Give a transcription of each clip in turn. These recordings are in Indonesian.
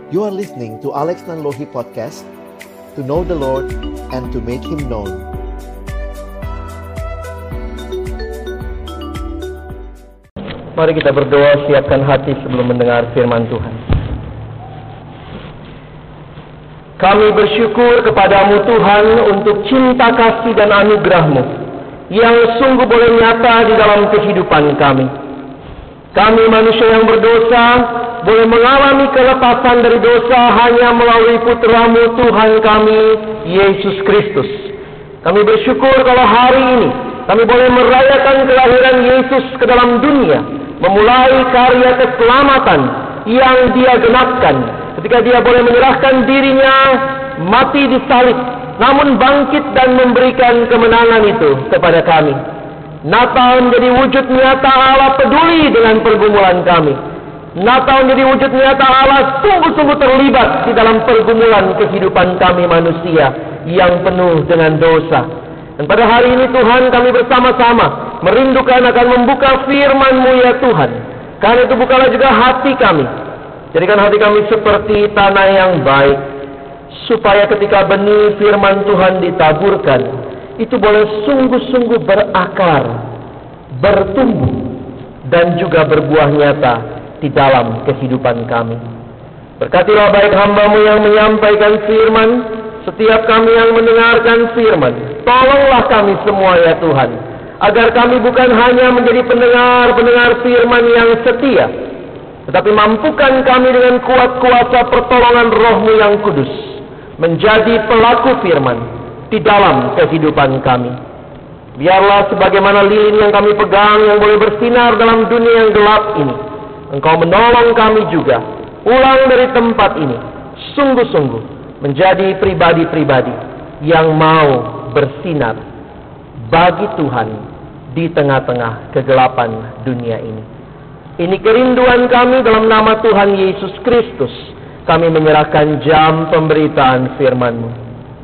You are listening to Alex Nanlohi Podcast, to know the Lord and to make Him known. Mari kita berdoa, siapkan hati sebelum mendengar firman Tuhan. Kami bersyukur kepadamu Tuhan untuk cinta kasih dan anugerah-Mu yang sungguh boleh nyata di dalam kehidupan kami. Kami manusia yang berdosa boleh mengalami kelepasan dari dosa hanya melalui Putra-Mu Tuhan kami, Yesus Kristus. Kami bersyukur kalau hari ini kami boleh merayakan kelahiran Yesus ke dalam dunia, memulai karya keselamatan yang Dia genapkan ketika Dia boleh menyerahkan dirinya mati di salib, namun bangkit dan memberikan kemenangan itu kepada kami. Natal menjadi wujud nyata Allah peduli dengan pergumulan kami. Natal menjadi wujud nyata Allah sungguh-sungguh terlibat di dalam pergumulan kehidupan kami manusia yang penuh dengan dosa. Dan pada hari ini Tuhan, kami bersama-sama merindukan akan membuka firman-Mu ya Tuhan. Karena itu bukalah juga hati kami. Jadikan hati kami seperti tanah yang baik, supaya ketika benih firman Tuhan ditaburkan, itu boleh sungguh-sungguh berakar, bertumbuh, dan juga berbuah nyata di dalam kehidupan kami. Berkatilah baik hamba-Mu yang menyampaikan firman, setiap kami yang mendengarkan firman. Tolonglah kami semua ya Tuhan, agar kami bukan hanya menjadi pendengar-pendengar firman yang setia, tetapi mampukan kami dengan kuat kuasa pertolongan Roh-Mu yang kudus, menjadi pelaku firman di dalam kehidupan kami. Biarlah sebagaimana lilin yang kami pegang yang boleh bersinar dalam dunia yang gelap ini, Engkau menolong kami juga pulang dari tempat ini sungguh-sungguh menjadi pribadi-pribadi yang mau bersinar bagi Tuhan di tengah-tengah kegelapan dunia ini. Ini kerinduan kami dalam nama Tuhan Yesus Kristus. Kami menyerahkan jam pemberitaan firman-Mu.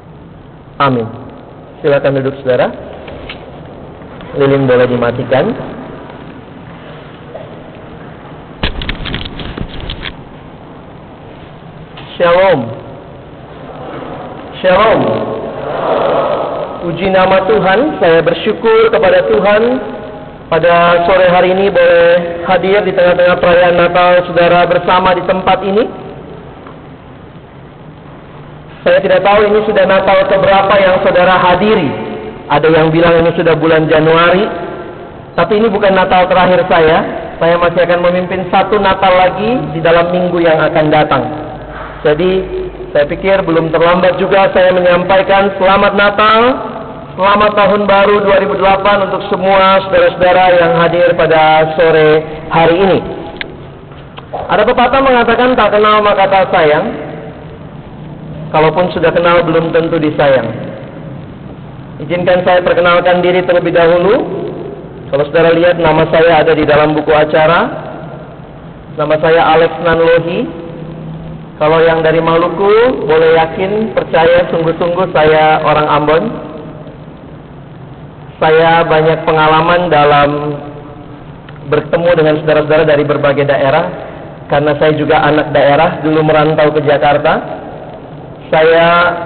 Amin. Silakan duduk saudara. Lilin boleh dimatikan. Shalom. Shalom. Puji nama Tuhan. Saya bersyukur kepada Tuhan pada sore hari ini boleh hadir di tengah-tengah perayaan Natal saudara bersama di tempat ini. Saya tidak tahu ini sudah Natal keberapa yang saudara hadiri. Ada yang bilang ini sudah bulan Januari. Tapi ini bukan Natal terakhir saya. Saya masih akan memimpin satu Natal lagi di dalam minggu yang akan datang. Jadi saya pikir belum terlambat juga saya menyampaikan selamat Natal, selamat Tahun Baru 2008 untuk semua saudara-saudara yang hadir pada sore hari ini. Ada pepatah mengatakan tak kenal maka tak sayang. Kalaupun sudah kenal belum tentu disayang. Izinkan saya perkenalkan diri terlebih dahulu. Kalau saudara lihat nama saya ada di dalam buku acara. Nama saya Alex Nanlohi. Kalau yang dari Maluku boleh yakin, percaya sungguh-sungguh saya orang Ambon. Saya banyak pengalaman dalam bertemu dengan saudara-saudara dari berbagai daerah. Karena saya juga anak daerah, dulu merantau ke Jakarta. Saya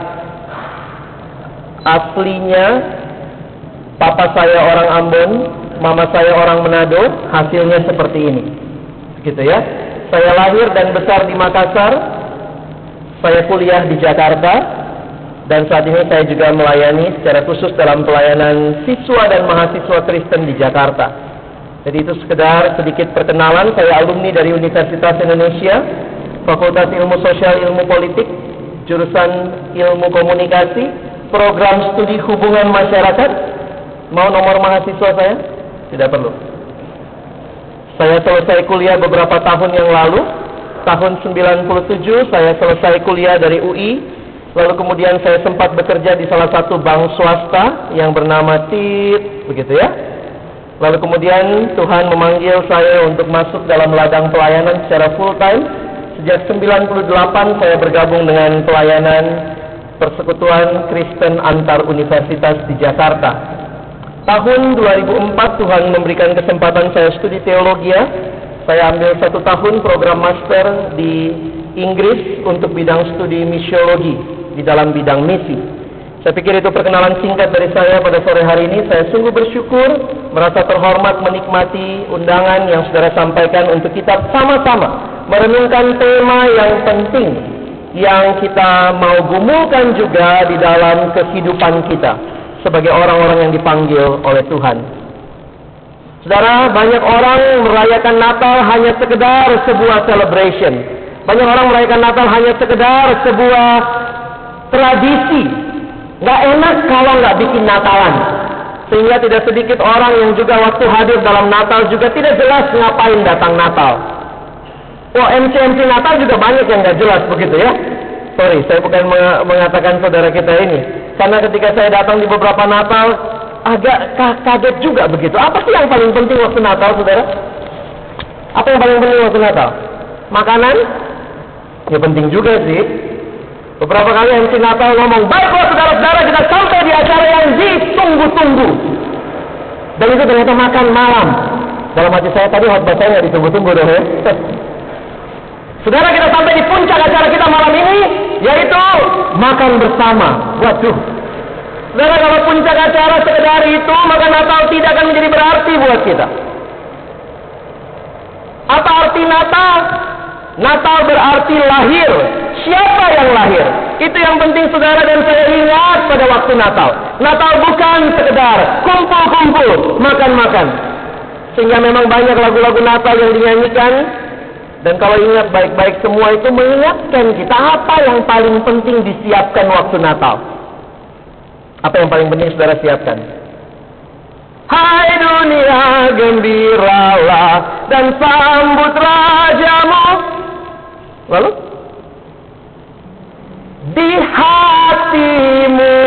aslinya papa saya orang Ambon, mama saya orang Manado, hasilnya seperti ini. Gitu ya. Saya lahir dan besar di Makassar. Saya kuliah di Jakarta dan saat ini saya juga melayani secara khusus dalam pelayanan siswa dan mahasiswa Kristen di Jakarta. Jadi itu sekedar sedikit perkenalan. Saya alumni dari Universitas Indonesia, Fakultas Ilmu Sosial Ilmu Politik, jurusan Ilmu Komunikasi, program studi Hubungan Masyarakat. Mau nomor mahasiswa saya? Tidak perlu. Saya selesai kuliah beberapa tahun yang lalu. Tahun 97 saya selesai kuliah dari UI. Lalu kemudian saya sempat bekerja di salah satu bank swasta yang bernama TIP, begitu ya. Lalu kemudian Tuhan memanggil saya untuk masuk dalam ladang pelayanan secara full time. Sejak 98 saya bergabung dengan pelayanan Persekutuan Kristen Antar Universitas di Jakarta. Tahun 2004 Tuhan memberikan kesempatan saya studi teologi. Saya ambil 1 tahun program master di Inggris untuk bidang studi misiologi di dalam bidang misi. Saya pikir itu perkenalan singkat dari saya pada sore hari ini. Saya sungguh bersyukur, merasa terhormat menikmati undangan yang saudara sampaikan untuk kita sama-sama merenungkan tema yang penting yang kita mau gumulkan juga di dalam kehidupan kita sebagai orang-orang yang dipanggil oleh Tuhan. Saudara, banyak orang merayakan Natal hanya sekedar sebuah celebration. Banyak orang merayakan Natal hanya sekedar sebuah tradisi. Nggak enak kalau nggak bikin Natalan. Sehingga tidak sedikit orang yang juga waktu hadir dalam Natal juga tidak jelas ngapain datang Natal. Oh, MC Natal juga banyak yang nggak jelas begitu ya. Sorry, saya bukan mengatakan saudara kita ini. Karena ketika saya datang di beberapa Natal, agak kaget juga begitu. Apa sih yang paling penting waktu Natal, saudara? Apa yang paling penting waktu Natal? Makanan? Ya penting juga sih. Beberapa kali MC Natal ngomong, baiklah saudara-saudara, kita sampai di acara yang ditunggu-tunggu. Dan itu ternyata makan malam. Dalam hati saya tadi khotbah saya nggak ditunggu-tunggu dong ya. Saudara, kita sampai di puncak acara kita malam ini, yaitu makan bersama. Waduh. Saudara, kalau puncak acara sekedar itu, maka Natal tidak akan menjadi berarti buat kita. Apa arti Natal? Natal berarti lahir. Siapa yang lahir? Itu yang penting saudara dan saya ingat pada waktu Natal. Natal bukan sekedar kumpul-kumpul, makan-makan. Sehingga memang banyak lagu-lagu Natal yang dinyanyikan. Dan kalau ingat baik-baik semua itu mengingatkan kita apa yang paling penting disiapkan waktu Natal. Apa yang paling penting saudara siapkan? Hai dunia, gembiralah dan sambut rajamu. Lalu? Di hatimu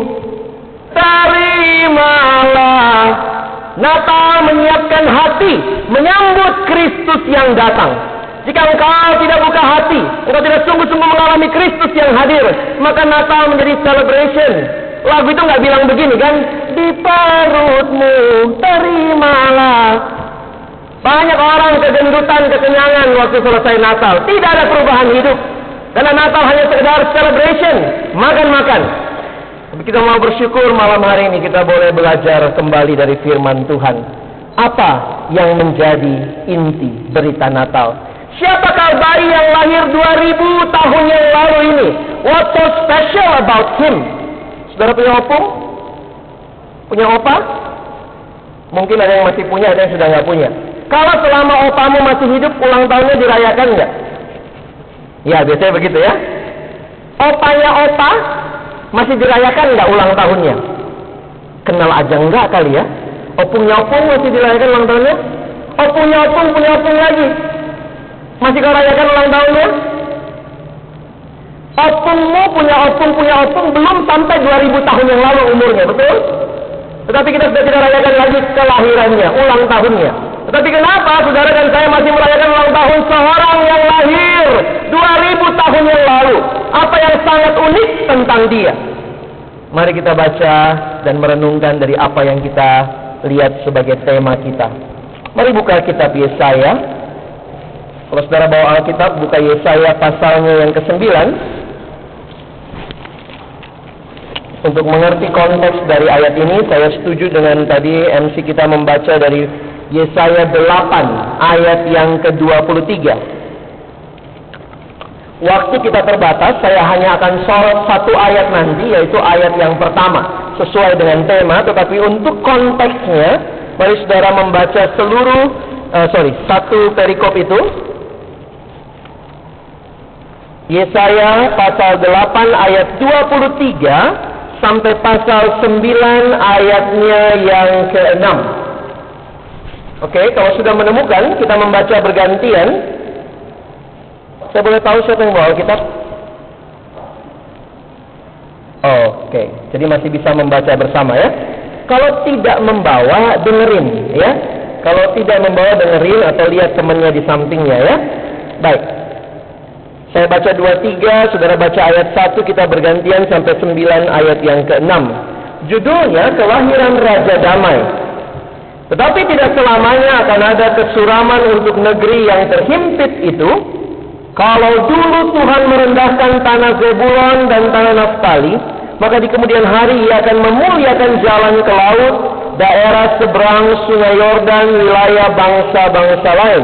terimalah. Natal menyiapkan hati, menyambut Kristus yang datang. Jika engkau tidak buka hati, engkau tidak sungguh-sungguh mengalami Kristus yang hadir, maka Natal menjadi celebration. Lagu itu nggak bilang begini kan? Di perutmu terimalah. Banyak orang kegendutan, kekenyangan waktu selesai Natal. Tidak ada perubahan hidup. Karena Natal hanya sekedar celebration, makan-makan. Tapi kita mau bersyukur malam hari ini kita boleh belajar kembali dari firman Tuhan. Apa yang menjadi inti berita Natal? Siapakah bayi yang lahir 2000 tahun yang lalu ini? What's so special about him? Saudara punya opung? Punya opa? Mungkin ada yang masih punya, ada yang sudah nggak punya. Kalau selama opamu masih hidup, ulang tahunnya dirayakan nggak? Ya, biasanya begitu ya. Opanya opa masih dirayakan nggak ulang tahunnya? Kenal aja nggak kali ya? Opungnya opung masih dirayakan ulang tahunnya? Opungnya opung punya opung lagi. Masih kau rayakan ulang tahunnya? Opungmu punya opung belum sampai 2000 tahun yang lalu umurnya, betul? Tetapi kita sudah tidak rayakan lagi kelahirannya, ulang tahunnya. Tetapi kenapa saudara dan saya masih merayakan ulang tahun seorang yang lahir 2000 tahun yang lalu? Apa yang sangat unik tentang dia? Mari kita baca dan merenungkan dari apa yang kita lihat sebagai tema kita. Mari buka kitab Yesaya. Kalau saudara bawa Alkitab, buka Yesaya pasalnya yang ke-9. Untuk mengerti konteks dari ayat ini, saya setuju dengan tadi MC kita membaca dari Yesaya 8 ayat yang ke-23. Waktu kita terbatas, saya hanya akan sorot satu ayat nanti, yaitu ayat yang pertama, sesuai dengan tema. Tetapi untuk konteksnya, mari saudara membaca satu perikop itu. Yesaya pasal 8 ayat 23 sampai pasal 9 ayatnya yang ke-6. Oke, kalau sudah menemukan, kita membaca bergantian. Saya boleh tahu siapa yang bawa Alkitab? Oke, jadi masih bisa membaca bersama ya. Kalau tidak membawa, dengerin ya. Kalau tidak membawa, dengerin atau lihat temannya di sampingnya ya. Baik. Saya baca 2-3, saudara baca ayat 1, kita bergantian sampai 9 ayat yang ke-6. Judulnya Kelahiran Raja Damai. Tetapi tidak selamanya akan ada kesuraman untuk negeri yang terhimpit itu. Kalau dulu Tuhan merendahkan tanah Zebulon dan tanah Naftali, maka di kemudian hari Ia akan memuliakan jalan ke laut, daerah seberang sungai Yordan, wilayah bangsa-bangsa lain.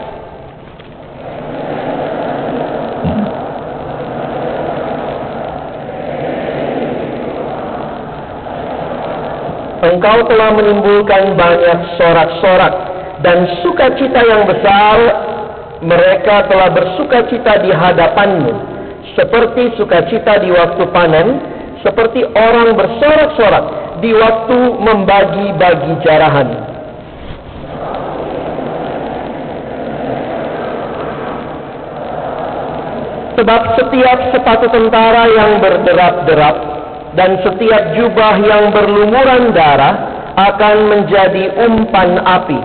Engkau telah menimbulkan banyak sorak-sorak dan sukacita yang besar. Mereka telah bersukacita di hadapanmu, seperti sukacita di waktu panen, seperti orang bersorak-sorak di waktu membagi-bagi jarahan. Sebab setiap sepatu tentara yang berderap-derap dan setiap jubah yang berlumuran darah akan menjadi umpan api.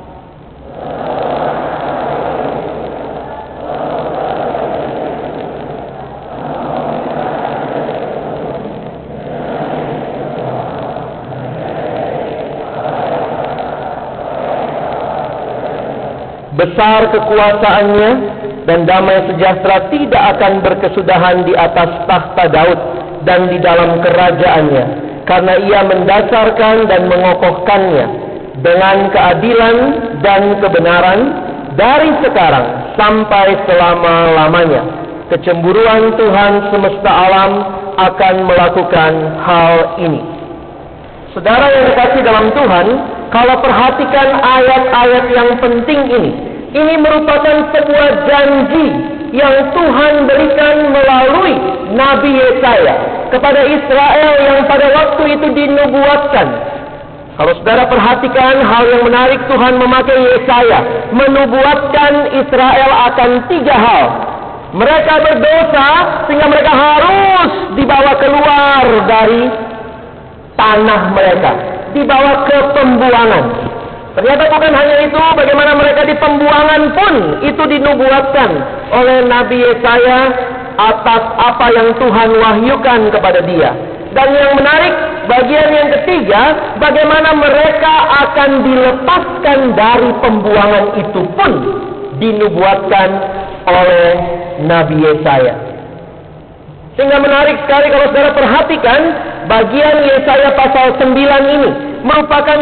Besar kekuasaannya dan damai sejahtera tidak akan berkesudahan di atas takhta Daud dan di dalam kerajaannya, karena Ia mendasarkan dan mengokohkannya dengan keadilan dan kebenaran dari sekarang sampai selama-lamanya. Kecemburuan Tuhan semesta alam akan melakukan hal ini. Saudara yang dikasihi dalam Tuhan, kalau perhatikan ayat-ayat yang penting ini merupakan sebuah janji yang Tuhan berikan melalui Nabi Yesaya kepada Israel yang pada waktu itu dinubuatkan. Kalau saudara perhatikan hal yang menarik, Tuhan memakai Yesaya menubuatkan Israel akan 3 hal. Mereka berdosa sehingga mereka harus dibawa keluar dari tanah mereka, dibawa ke pembuangan. Ternyata bukan hanya itu, bagaimana mereka di pembuangan pun itu dinubuatkan oleh Nabi Yesaya atas apa yang Tuhan wahyukan kepada dia. Dan yang menarik, bagian yang ketiga, bagaimana mereka akan dilepaskan dari pembuangan itu pun dinubuatkan oleh Nabi Yesaya. Sehingga menarik sekali kalau saudara perhatikan bagian Yesaya pasal 9 ini merupakan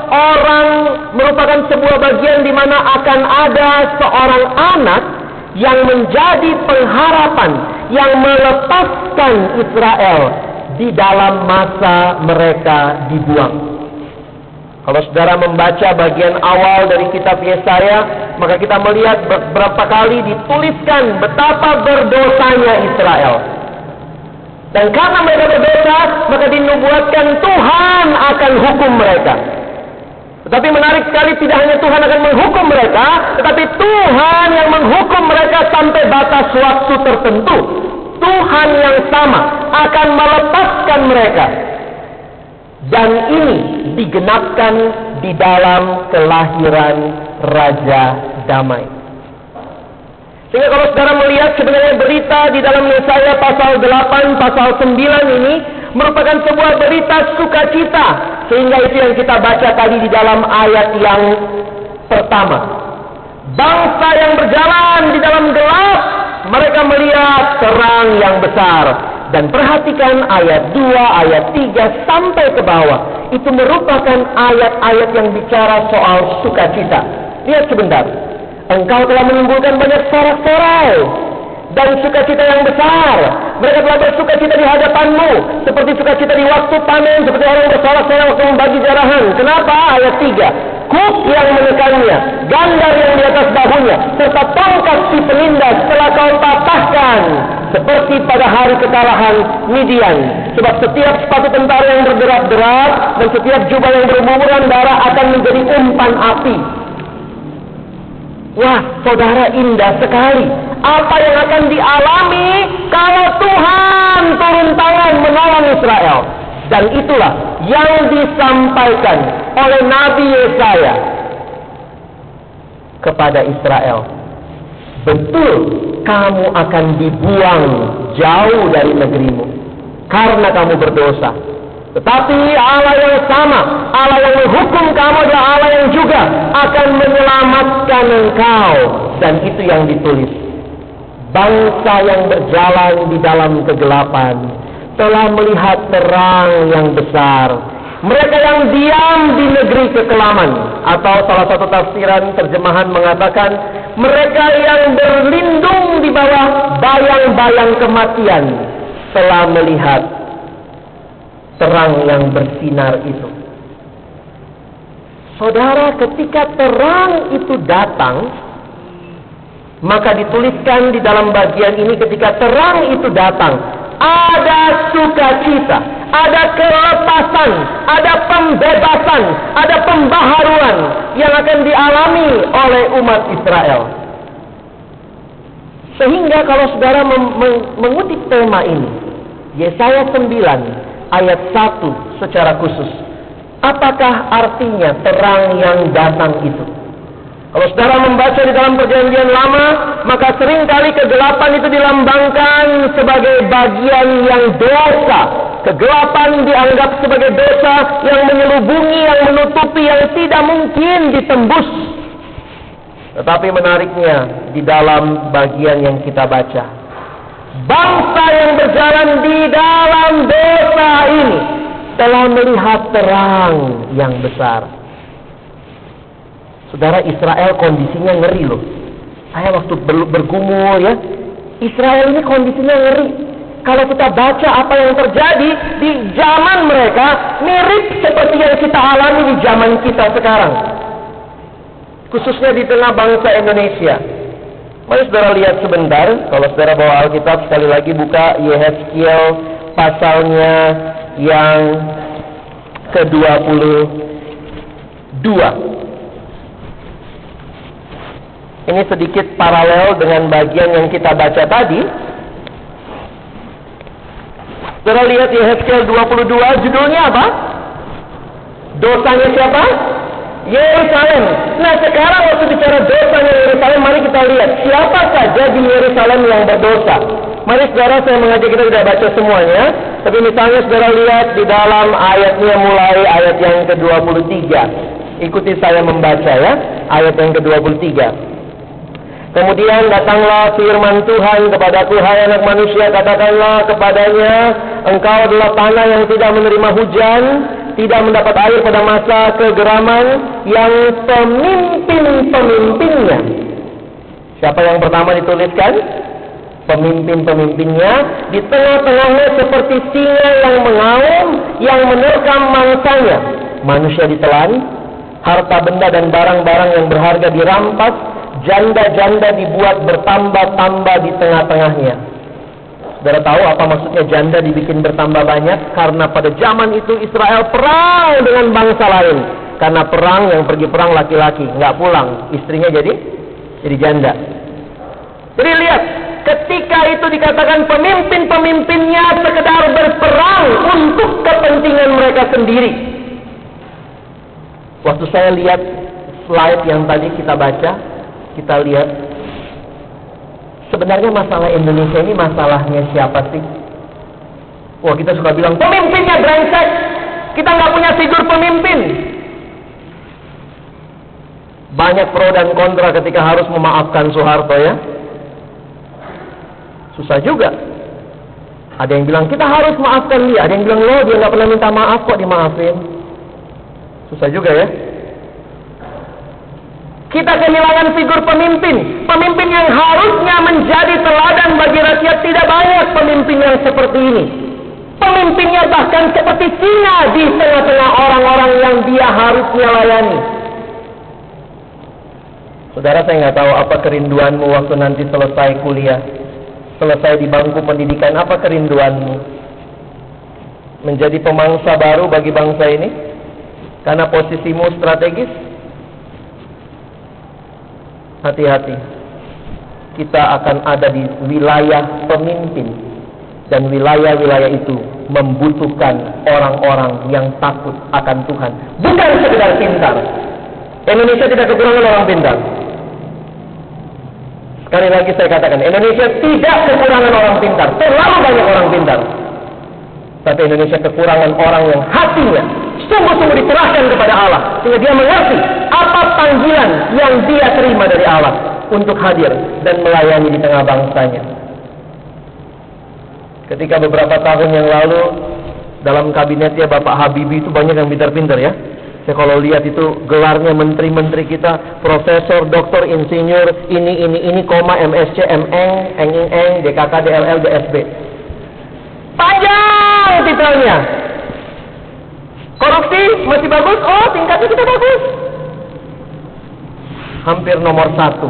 sebuah bagian di mana akan ada seorang anak yang menjadi pengharapan yang melepaskan Israel di dalam masa mereka dibuang. Kalau saudara membaca bagian awal dari kitab Yesaya, maka kita melihat beberapa kali dituliskan betapa berdosanya Israel. Dan karena mereka berdosa, maka dinubuatkan Tuhan akan hukum mereka. Tetapi menarik sekali, tidak hanya Tuhan akan menghukum mereka, tetapi Tuhan yang menghukum mereka sampai batas waktu tertentu. Tuhan yang sama akan melepaskan mereka. Dan ini digenapkan di dalam kelahiran Raja Damai. Sehingga kalau saudara melihat sebenarnya berita di dalam Yesaya pasal 8, pasal 9 ini merupakan sebuah berita sukacita. Sehingga itu yang kita baca tadi di dalam ayat yang pertama. Bangsa yang berjalan di dalam gelap, mereka melihat terang yang besar. Dan perhatikan ayat 2, ayat 3 sampai ke bawah. Itu merupakan ayat-ayat yang bicara soal sukacita. Lihat sebentar. Engkau telah menimbulkan banyak sorak-sorai dan sukacita yang besar. Mereka telah bersukacita di hadapanmu, seperti sukacita di waktu panen, seperti orang bersorak-sorai waktu membagi jarahan. Kenapa? Ayat 3. Kuk yang menekannya, gandar yang di atas bahunya, serta tongkat si penindas telah kau patahkan, seperti pada hari kekalahan Midian. Sebab setiap sepatu tentara yang berderap-derap dan setiap jubah yang berlumuran darah akan menjadi umpan api. Wah, saudara, indah sekali apa yang akan dialami kalau Tuhan turun tangan menolong Israel. Dan itulah yang disampaikan oleh Nabi Yesaya kepada Israel. Betul, kamu akan dibuang jauh dari negerimu karena kamu berdosa. Tetapi Allah yang sama, Allah yang menghukum kamu adalah Allah yang juga akan menyelamatkan engkau. Dan itu yang ditulis. bangsa yang berjalan di dalam kegelapan telah melihat terang yang besar. Mereka yang diam di negeri kekelaman, atau salah satu tafsiran terjemahan mengatakan mereka yang berlindung di bawah bayang-bayang kematian telah melihat terang yang bersinar itu. Saudara, ketika terang itu datang, maka dituliskan di dalam bagian ini, ketika terang itu datang, ada sukacita, ada kelepasan, ada pembebasan, ada pembaharuan yang akan dialami oleh umat Israel. Sehingga kalau saudara mengutip tema ini, Yesaya 9 ayat 1 secara khusus, apakah artinya terang yang datang itu? Kalau saudara membaca di dalam Perjanjian Lama, maka seringkali kegelapan itu dilambangkan sebagai bagian yang dosa. Kegelapan dianggap sebagai dosa yang menyelubungi, yang menutupi, yang tidak mungkin ditembus. Tetapi menariknya, di dalam bagian yang kita baca, bangsa yang berjalan di dalam dosa ini telah melihat terang yang besar. Saudara, Israel kondisinya ngeri loh. Saya waktu bergumul ya, Israel ini kondisinya ngeri. Kalau kita baca apa yang terjadi di zaman mereka, mirip seperti yang kita alami di zaman kita sekarang, khususnya di tengah bangsa Indonesia. Mari saudara lihat sebentar. Kalau saudara bawa Alkitab, sekali lagi buka Yehezkiel pasalnya yang ke-22. Ini sedikit paralel dengan bagian yang kita baca tadi. Saudara lihat Yehezkiel 22, judulnya apa? Dosanya siapa? Yerusalem. Nah, sekarang waktu bicara dosanya Yerusalem, mari kita lihat siapa saja di Yerusalem yang berdosa. Mari saudara, saya mengajak kita tidak baca semuanya, tapi misalnya saudara lihat di dalam ayatnya, mulai ayat yang ke-23. Ikuti saya membaca ya, ayat yang ke-23. Kemudian datanglah firman Tuhan kepadaku, hai anak manusia, katakanlah kepadanya, engkau adalah tanah yang tidak menerima hujan, tidak mendapat air pada masa kegeraman, yang pemimpin-pemimpinnya. Siapa yang pertama dituliskan? Pemimpin-pemimpinnya di tengah-tengahnya seperti singa yang mengaum, yang menerkam mangsanya. Manusia ditelan, harta benda dan barang-barang yang berharga dirampas, janda-janda dibuat bertambah-tambah di tengah-tengahnya. Saudara tahu apa maksudnya janda dibikin bertambah banyak? Karena pada zaman itu Israel perang dengan bangsa lain. Karena perang, yang pergi perang laki-laki, nggak pulang, istrinya jadi janda. Jadi lihat, ketika itu dikatakan pemimpin-pemimpinnya sekedar berperang untuk kepentingan mereka sendiri. Waktu saya lihat slide yang tadi kita baca, kita lihat sebenarnya masalah Indonesia ini masalahnya siapa sih? Wah, kita suka bilang pemimpinnya brengsek, kita nggak punya figur pemimpin. Banyak pro dan kontra ketika harus memaafkan Soeharto ya. Susah juga. Ada yang bilang kita harus maafkan dia, ada yang bilang loh dia nggak pernah minta maaf kok dimaafin. Susah juga ya. Kita kehilangan figur pemimpin. Pemimpin yang harusnya menjadi teladan bagi rakyat, tidak banyak pemimpin yang seperti ini. Pemimpinnya bahkan seperti singa di tengah-tengah orang-orang yang dia harusnya layani. Saudara, saya nggak tahu apa kerinduanmu waktu nanti selesai kuliah, selesai di bangku pendidikan. Apa kerinduanmu? Menjadi pemangsa baru bagi bangsa ini? Karena posisimu strategis? Hati-hati, kita akan ada di wilayah pemimpin, dan wilayah-wilayah itu membutuhkan orang-orang yang takut akan Tuhan, bukan sekedar pintar. Indonesia tidak kekurangan orang pintar. Sekali lagi saya katakan, Indonesia tidak kekurangan orang pintar, terlalu banyak orang pintar. Tapi Indonesia kekurangan orang yang hatinya sungguh-sungguh diserahkan kepada Allah, sehingga dia mengerti apa panggilan yang dia terima dari Allah. untuk hadir dan melayani di tengah bangsanya. Ketika beberapa tahun yang lalu dalam kabinetnya Bapak Habibie itu banyak yang pintar-pintar ya. Saya kalau lihat itu gelarnya menteri-menteri kita, profesor, doktor, insinyur, ini, koma, MSc, MN, DKK, DLL, DSB. Panjang titelnya. Korupsi masih bagus? Oh, tingkatnya kita bagus. Hampir nomor 1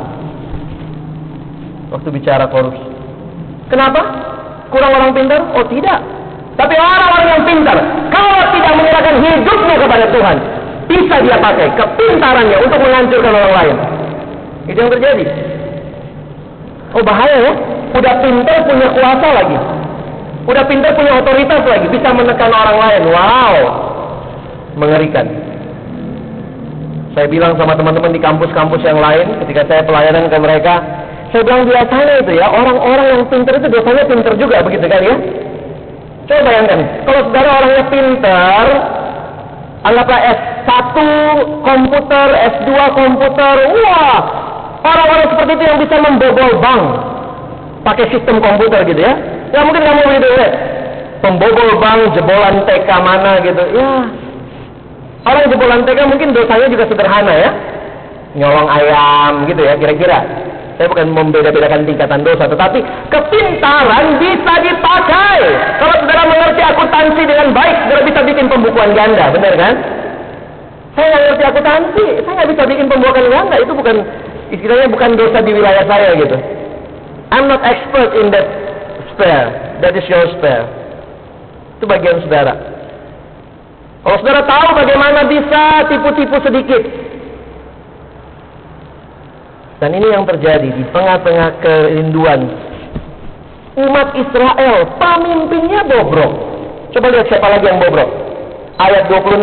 waktu bicara korupsi. Kenapa? Kurang orang pintar? Oh tidak. Tapi orang-orang yang pintar, kalau tidak menyerahkan hidupnya kepada Tuhan, bisa dia pakai kepintarannya untuk menghancurkan orang lain. Itu yang terjadi. Oh bahaya ya. Udah pintar punya kuasa lagi. Udah pintar punya otoritas lagi, bisa menekan orang lain. Wow, mengerikan. Saya bilang sama teman-teman di kampus-kampus yang lain, ketika saya pelayanan ke mereka, saya bilang biasanya itu ya, orang-orang yang pintar itu dosanya pintar juga, begitu kan ya? Coba bayangkan, kalau saudara orangnya pintar, anggaplah S1 komputer, S2 komputer, wah, orang-orang seperti itu yang bisa membobol bank pakai sistem komputer gitu ya. Ya mungkin kamu begitu ya, pembobol bank, jebolan TK mana gitu, ya. Orang jebolan TK mungkin dosanya juga sederhana ya, nyolong ayam gitu ya kira-kira. Saya bukan membeda-bedakan tingkatan dosa, tetapi kepintaran bisa dipakai. Kalau saudara mengerti akuntansi dengan baik, saudara bisa bikin pembukuan ganda, benar kan? Saya nggak ngerti akuntansi, saya nggak bisa bikin pembukuan ganda. Itu bukan, istilahnya bukan dosa di wilayah saya gitu. I'm not expert in that spare. That is your spare. Itu bagian saudara. Kalau saudara tahu bagaimana bisa tipu-tipu sedikit. Dan ini yang terjadi di tengah-tengah kerinduan umat Israel, pemimpinnya bobrok. Coba lihat siapa lagi yang bobrok. Ayat 26.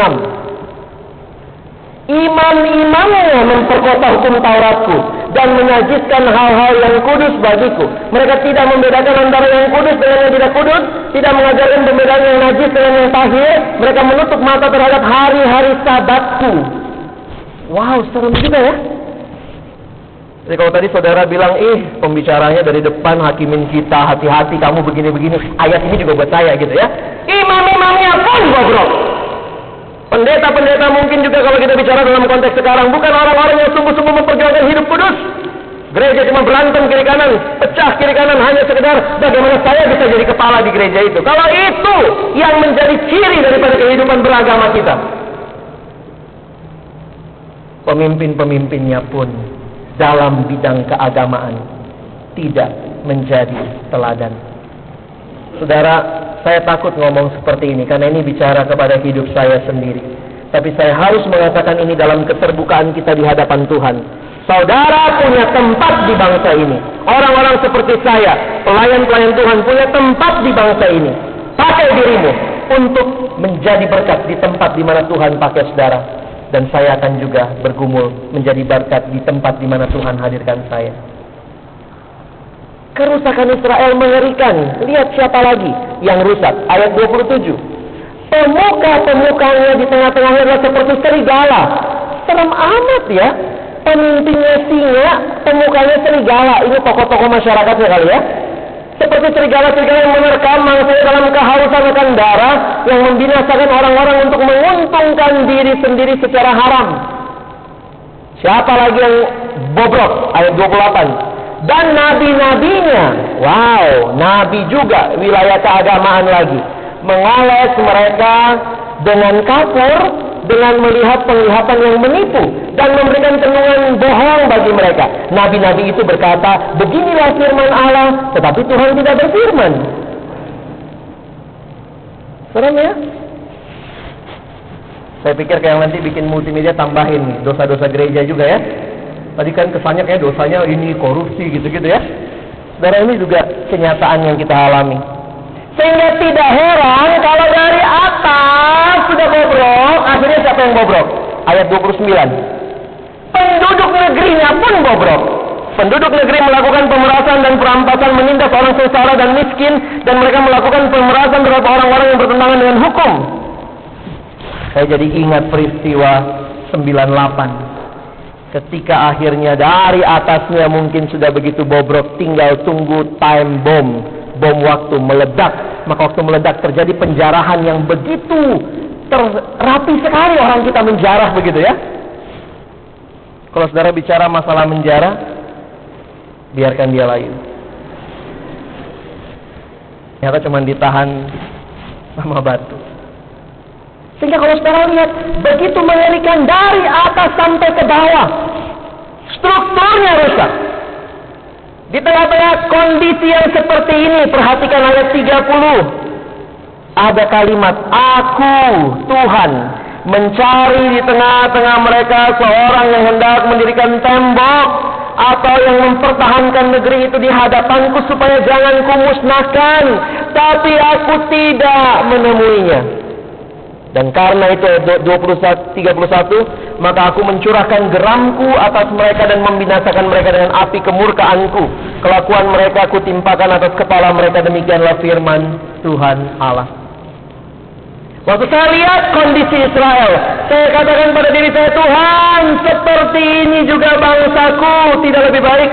Imam-imamnya memperkosa hukum Tauratku dan menajiskan hal-hal yang kudus bagiku. Mereka tidak membedakan antara yang kudus dengan yang tidak kudus, tidak mengajarkan pembedaan yang najis dengan yang tahir. Mereka menutup mata terhadap hari-hari sabatku. Wow, serem juga ya. Jadi kalau tadi saudara bilang, pembicaranya dari depan hakimin kita, hati-hati kamu begini-begini, ayat ini juga buat saya gitu ya. Imam-imamnya pun bobrok. Pendeta-pendeta mungkin juga kalau kita bicara dalam konteks sekarang, bukan orang-orang yang sungguh-sungguh memperjuangkan hidup kudus. Gereja cuma berantem kiri kanan, pecah kiri kanan, hanya sekedar bagaimana saya bisa jadi kepala di gereja itu. Kalau itu yang menjadi ciri daripada kehidupan beragama kita, pemimpin-pemimpinnya pun dalam bidang keagamaan tidak menjadi teladan. Saudara, saya takut ngomong seperti ini karena ini bicara kepada hidup saya sendiri. Tapi saya harus mengatakan ini dalam keterbukaan kita di hadapan Tuhan. Saudara punya tempat di bangsa ini. Orang-orang seperti saya, pelayan-pelayan Tuhan, punya tempat di bangsa ini. Pakai dirimu untuk menjadi berkat di tempat di mana Tuhan pakai saudara. Dan saya akan juga bergumul menjadi berkat di tempat di mana Tuhan hadirkan saya. Kerusakan Israel mengerikan. Lihat siapa lagi yang rusak. Ayat 27. Pemuka-pemukanya di tengah-tengahnya adalah seperti serigala. Serem amat ya. Pemimpinnya singa, pemukanya serigala. Ini tokoh-tokoh masyarakatnya kali ya. Seperti serigala-serigala yang menerkam mangsanya dalam kehausan akan darah, yang membinasakan orang-orang untuk menguntungkan diri sendiri secara haram. Siapa lagi yang bobrok? Ayat 28. Dan nabi-nabinya, wow, nabi juga wilayah keagamaan lagi, mengoles mereka dengan kafir, dengan melihat penglihatan yang menipu dan memberikan tenungan bohong bagi mereka. Nabi-nabi itu berkata, beginilah firman Allah, tetapi Tuhan tidak berfirman. Serem ya? Saya pikir kayak nanti bikin multimedia tambahin dosa-dosa gereja juga ya. Tadi kan kesannya kayak dosanya ini korupsi gitu-gitu ya. Saudara, ini juga kenyataan yang kita alami. Sehingga tidak heran kalau dari atas sudah bobrok, akhirnya siapa yang bobrok? Ayat 29. Penduduk negerinya pun bobrok. Penduduk negeri melakukan pemerasan dan perampasan, menindas orang sengsara dan miskin, dan mereka melakukan pemerasan terhadap orang-orang yang bertentangan dengan hukum. Saya jadi ingat peristiwa 98. Ketika akhirnya dari atasnya mungkin sudah begitu bobrok, tinggal tunggu time bomb, bom waktu meledak. Maka waktu meledak terjadi penjarahan yang begitu rapi sekali, orang kita menjarah begitu ya. Kalau saudara bicara masalah menjarah, biarkan dia lain. Ternyata cuma ditahan sama batu. Sehingga kalau saudara lihat, begitu mengerikan dari atas sampai ke bawah, strukturnya rusak. Di tengah-tengah kondisi yang seperti ini, perhatikan ayat 30. Ada kalimat, aku Tuhan mencari di tengah-tengah mereka seorang yang hendak mendirikan tembok atau yang mempertahankan negeri itu di hadapanku supaya jangan kumusnahkan, tapi aku tidak menemuinya. Dan karena itu 31, maka aku mencurahkan geramku atas mereka dan membinasakan mereka dengan api kemurkaanku. Kelakuan mereka aku timpakan atas kepala mereka, demikianlah firman Tuhan Allah. Waktu saya lihat kondisi Israel, saya katakan pada diri saya, Tuhan, seperti ini juga bangsaku, tidak lebih baik.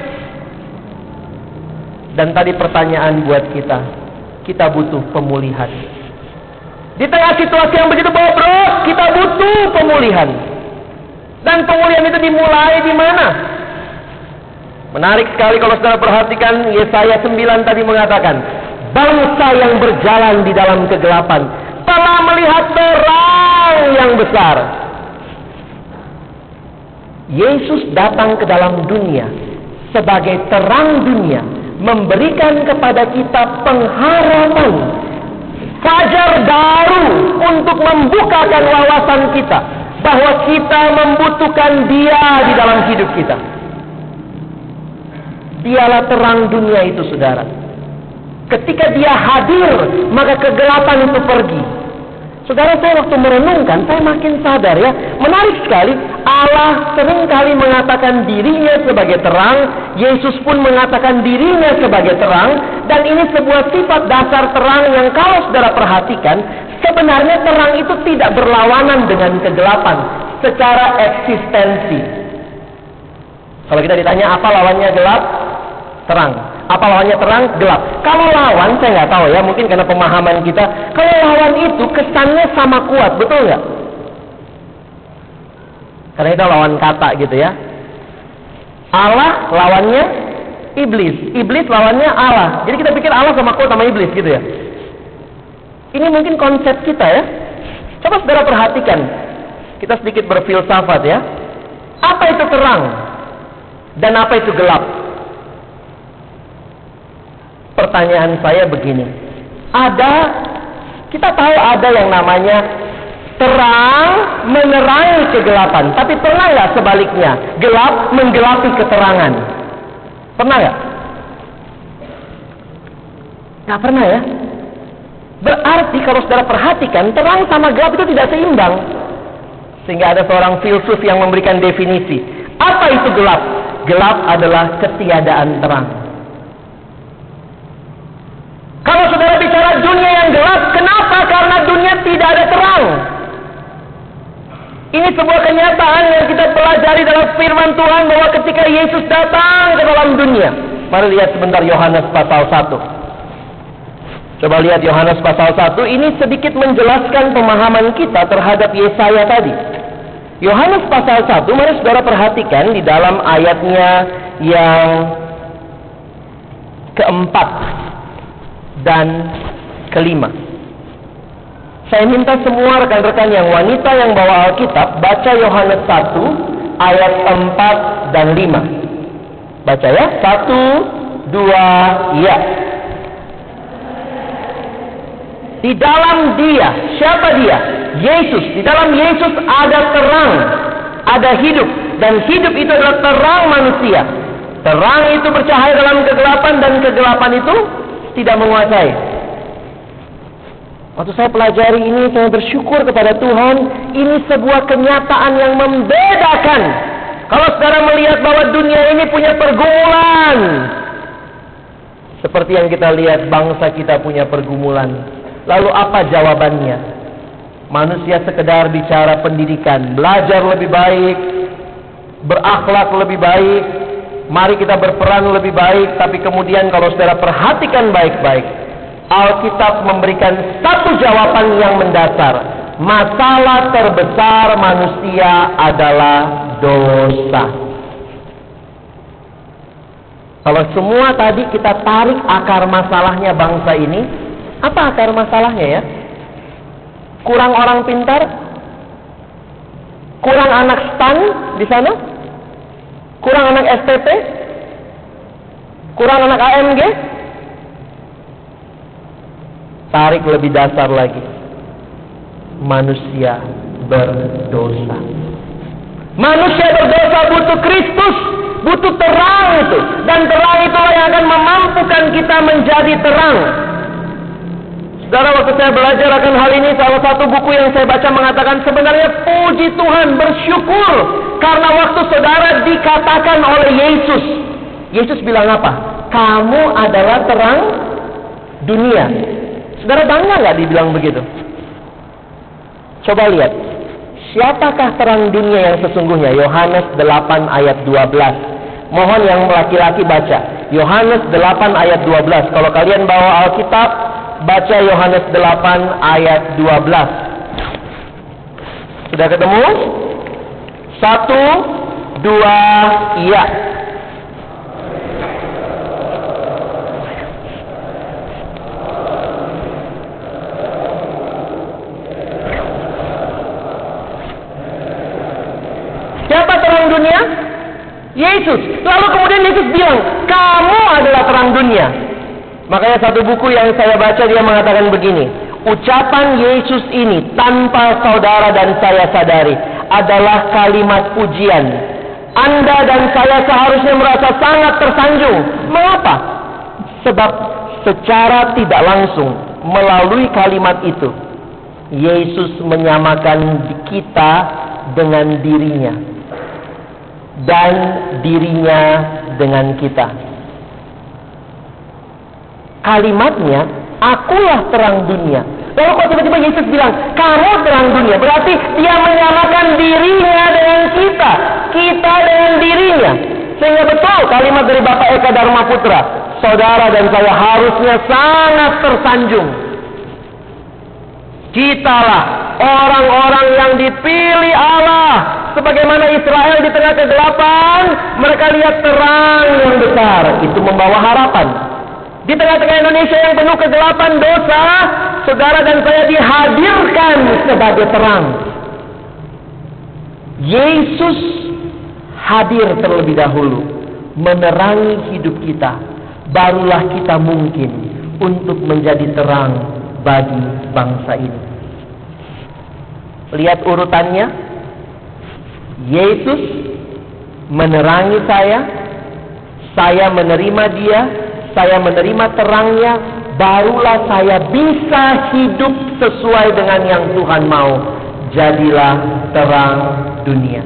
Dan tadi pertanyaan buat kita butuh pemulihan. Di tengah situasi yang begitu bobrok, kita butuh pemulihan. Dan pemulihan itu dimulai di mana? Menarik sekali kalau saudara perhatikan, Yesaya 9 tadi mengatakan, bangsa yang berjalan di dalam kegelapan telah melihat terang yang besar. Yesus datang ke dalam dunia sebagai terang dunia, memberikan kepada kita pengharapan, fajar baru untuk membukakan wawasan kita bahwa kita membutuhkan Dia di dalam hidup kita. Dialah terang dunia itu, saudara. Ketika Dia hadir, maka kegelapan itu pergi. Saudara, saya waktu merenungkan, saya makin sadar ya, menarik sekali. Allah seringkali mengatakan dirinya sebagai terang, Yesus pun mengatakan dirinya sebagai terang, dan ini sebuah sifat dasar terang yang kalau saudara perhatikan, sebenarnya terang itu tidak berlawanan dengan kegelapan secara eksistensi. Kalau kita ditanya apa lawannya gelap? Terang. Apa lawannya terang? Gelap. Kalau lawan, saya nggak tahu ya, mungkin karena pemahaman kita. Kalau lawan itu kesannya sama kuat, betul nggak? Karena itu lawan kata gitu ya. Allah lawannya iblis, iblis lawannya Allah. Jadi kita pikir Allah sama kuat sama iblis gitu ya. Ini mungkin konsep kita ya. Coba saudara perhatikan. Kita sedikit berfilsafat ya. Apa itu terang? Dan apa itu gelap? Pertanyaan saya begini. Kita tahu ada yang namanya terang menerangi kegelapan. Tapi pernah nggak sebaliknya? Gelap menggelapi keterangan. Pernah nggak? Nggak pernah ya? Berarti kalau saudara perhatikan, terang sama gelap itu tidak seimbang. Sehingga ada seorang filsuf yang memberikan definisi. Apa itu gelap? Gelap adalah ketiadaan terang. Kalau saudara bicara dunia yang gelap, kenapa? Karena dunia tidak ada terang. Ini sebuah kenyataan yang kita pelajari dalam firman Tuhan bahwa ketika Yesus datang ke dalam dunia. Mari lihat sebentar Yohanes pasal 1. Coba lihat Yohanes pasal 1. Ini sedikit menjelaskan pemahaman kita terhadap Yesaya tadi. Yohanes pasal 1, mari saudara perhatikan di dalam ayatnya yang keempat dan kelima. Saya minta semua rekan-rekan yang wanita yang bawa Alkitab baca Yohanes 1 ayat 4 dan 5. Baca ya. 1, 2, ya. Di dalam Dia, siapa Dia? Yesus. Di dalam Yesus ada terang, ada hidup, dan hidup itu adalah terang manusia. Terang itu bercahaya dalam kegelapan, dan kegelapan itu tidak menguasai. Waktu saya pelajari ini, saya bersyukur kepada Tuhan. Ini sebuah kenyataan yang membedakan. Kalau saudara melihat bahwa dunia ini punya pergumulan, seperti yang kita lihat bangsa kita punya pergumulan. Lalu apa jawabannya? Manusia sekedar bicara pendidikan, belajar lebih baik, berakhlak lebih baik, mari kita berperan lebih baik. Tapi kemudian kalau saudara perhatikan baik-baik, Alkitab memberikan satu jawaban yang mendasar. Masalah terbesar manusia adalah dosa. Kalau semua tadi kita tarik akar masalahnya bangsa ini, apa akar masalahnya ya? Kurang orang pintar? Kurang anak STAN di sana? Kurang anak STT? Kurang anak AMG? Tarik lebih dasar lagi. Manusia berdosa. Manusia berdosa butuh Kristus, butuh terang itu. Dan terang itulah yang akan memampukan kita menjadi terang. Saudara, waktu saya belajar akan hal ini, salah satu buku yang saya baca mengatakan sebenarnya puji Tuhan, bersyukur. Karena waktu saudara dikatakan oleh Yesus, Yesus bilang apa? Kamu adalah terang dunia. Saudara bangga nggak dibilang begitu? Coba lihat, siapakah terang dunia yang sesungguhnya? Yohanes 8 ayat 12. Mohon yang laki-laki baca. Yohanes 8 ayat 12. Kalau kalian bawa Alkitab, baca Yohanes 8 ayat 12. Sudah ketemu? 1, 2, iya. Siapa terang dunia? Yesus. Lalu kemudian Yesus bilang, kamu adalah terang dunia. Makanya satu buku yang saya baca dia mengatakan begini, ucapan Yesus ini tanpa saudara dan saya sadari adalah kalimat pujian. Anda dan saya seharusnya merasa sangat tersanjung. Mengapa? Sebab secara tidak langsung melalui kalimat itu Yesus menyamakan kita dengan dirinya dan dirinya dengan kita. Kalimatnya, akulah terang dunia. Lalu kok tiba-tiba Yesus bilang, kamu terang dunia. Berarti dia menyamakan dirinya dengan kita, kita dengan dirinya. Sehingga betul kalimat dari Bapak Eka Dharma Putra, saudara dan saya harusnya sangat tersanjung. Kitalah orang-orang yang dipilih Allah. Sebagaimana Israel di tengah kegelapan, mereka lihat terang yang besar. Itu membawa harapan. Di tengah-tengah Indonesia yang penuh kegelapan dosa, saudara dan saya dihadirkan sebagai terang. Yesus hadir terlebih dahulu, menerangi hidup kita. Barulah kita mungkin untuk menjadi terang bagi bangsa ini. Lihat urutannya. Yesus menerangi saya menerima dia, saya menerima terangnya, barulah saya bisa hidup sesuai dengan yang Tuhan mau. Jadilah terang dunia.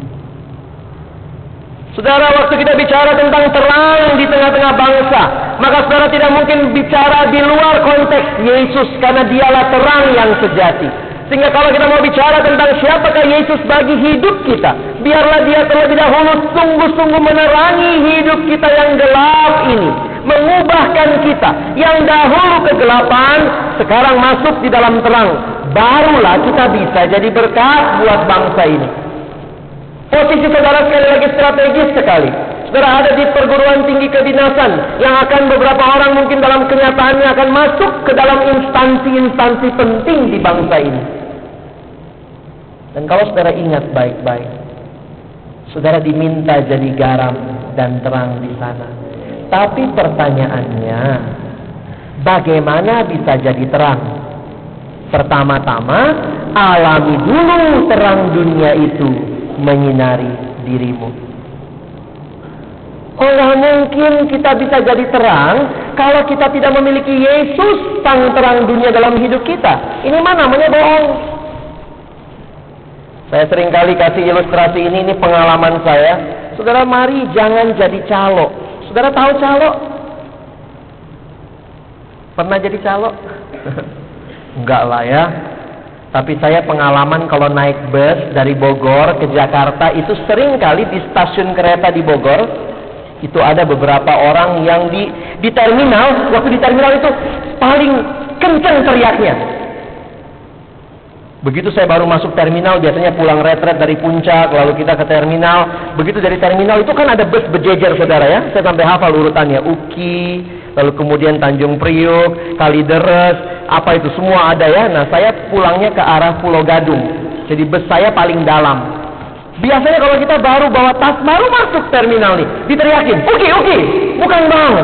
Saudara, waktu kita bicara tentang terang di tengah-tengah bangsa, maka saudara tidak mungkin bicara di luar konteks Yesus, karena dialah terang yang sejati. Sehingga kalau kita mau bicara tentang siapakah Yesus bagi hidup kita, biarlah dia terlebih dahulu sungguh-sungguh menerangi hidup kita yang gelap ini, mengubahkan kita yang dahulu kegelapan, sekarang masuk di dalam terang. Barulah kita bisa jadi berkat buat bangsa ini. Posisi saudara sekali lagi strategis sekali. Saudara ada di perguruan tinggi kedinasan yang akan beberapa orang mungkin dalam kenyataannya akan masuk ke dalam instansi-instansi penting di bangsa ini. Dan kalau saudara ingat baik-baik, saudara diminta jadi garam dan terang di sana. Tapi pertanyaannya, bagaimana bisa jadi terang? Pertama-tama, alami dulu terang dunia itu menyinari dirimu. Oh, nggak mungkin kita bisa jadi terang kalau kita tidak memiliki Yesus sang terang dunia dalam hidup kita. Ini mah namanya bohong. Saya seringkali kasih ilustrasi ini pengalaman saya. Saudara, mari jangan jadi calo. Saudara tahu calo? Pernah jadi calo? Enggak lah ya. Tapi saya pengalaman kalau naik bus dari Bogor ke Jakarta itu sering kali di stasiun kereta di Bogor itu ada beberapa orang yang di terminal, waktu di terminal itu paling kenceng teriaknya. Begitu saya baru masuk terminal, biasanya pulang retret dari puncak, lalu kita ke terminal. Begitu dari terminal itu kan ada bus berjejer, saudara ya. Saya sampai hafal urutannya, UKI, lalu kemudian Tanjung Priuk, Kalideres, apa itu semua ada ya. Nah, saya pulangnya ke arah Pulau Gadung. Jadi bus saya paling dalam. Biasanya kalau kita baru bawa tas, baru masuk terminal nih, diteriakin, UKI, bukan bang.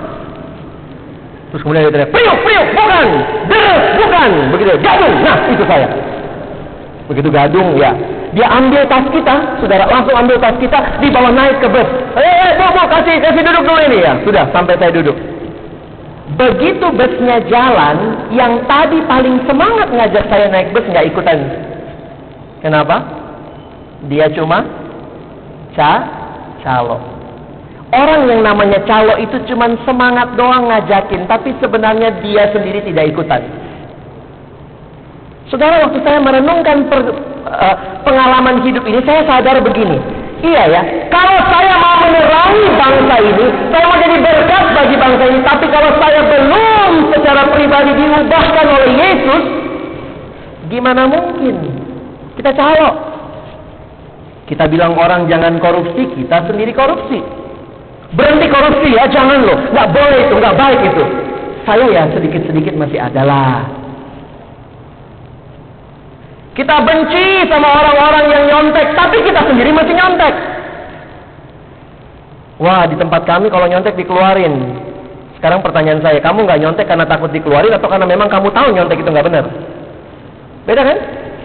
Terus kemudian dia teriak, Priuk, bukan, Deres, bukan, begitu, Gadung, nah itu saya. Begitu Gadung, ya, dia ambil tas kita, saudara, langsung ambil tas kita, dibawa naik ke bus. Bu, kasih duduk dulu ini ya, sudah, sampai saya duduk. Begitu busnya jalan, yang tadi paling semangat ngajak saya naik bus nggak ikutan. Kenapa? Dia cuma calo. Orang yang namanya calo itu cuma semangat doang ngajakin, tapi sebenarnya dia sendiri tidak ikutan. Saudara, waktu saya merenungkan pengalaman hidup ini, saya sadar begini. Iya ya, kalau saya mau menerangi bangsa ini, saya mau jadi berkat bagi bangsa ini, tapi kalau saya belum secara pribadi diubahkan oleh Yesus, gimana mungkin? Kita calo. Kita bilang orang jangan korupsi, kita sendiri korupsi. Berhenti korupsi ya, jangan loh, nggak boleh itu, nggak baik itu. Saya ya sedikit-sedikit masih adalah. Kita benci sama orang-orang yang nyontek, tapi kita sendiri masih nyontek. Wah, di tempat kami kalau nyontek dikeluarin. Sekarang pertanyaan saya, kamu nggak nyontek karena takut dikeluarin atau karena memang kamu tahu nyontek itu nggak benar? Beda kan?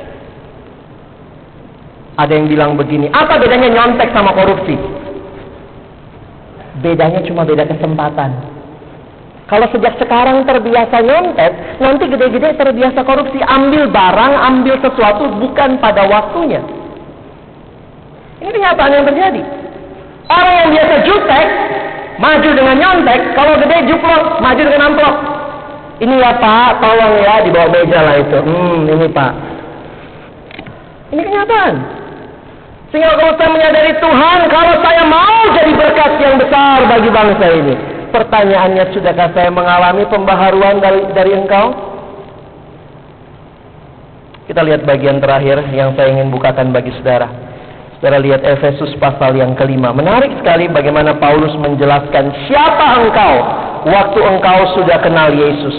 Ada yang bilang begini, apa bedanya nyontek sama korupsi? Bedanya cuma beda kesempatan. Kalau sejak sekarang terbiasa nyontek, nanti gede-gede terbiasa korupsi. Ambil barang, ambil sesuatu bukan pada waktunya. Ini kenyataan yang terjadi. Orang yang biasa jutek, maju dengan nyontek. Kalau gede juplok, maju dengan amplop. Ini ya Pak, tolong ya, di bawah meja lah itu. Ini Pak. Ini kenyataan. Sehingga kalau saya menyadari Tuhan, kalau saya mau jadi berkat yang besar bagi bangsa ini, pertanyaannya, sudahkah saya mengalami pembaharuan dari Engkau? Kita lihat bagian terakhir yang saya ingin bukakan bagi saudara. Saudara lihat Efesus pasal yang kelima. Menarik sekali bagaimana Paulus menjelaskan siapa engkau waktu engkau sudah kenal Yesus.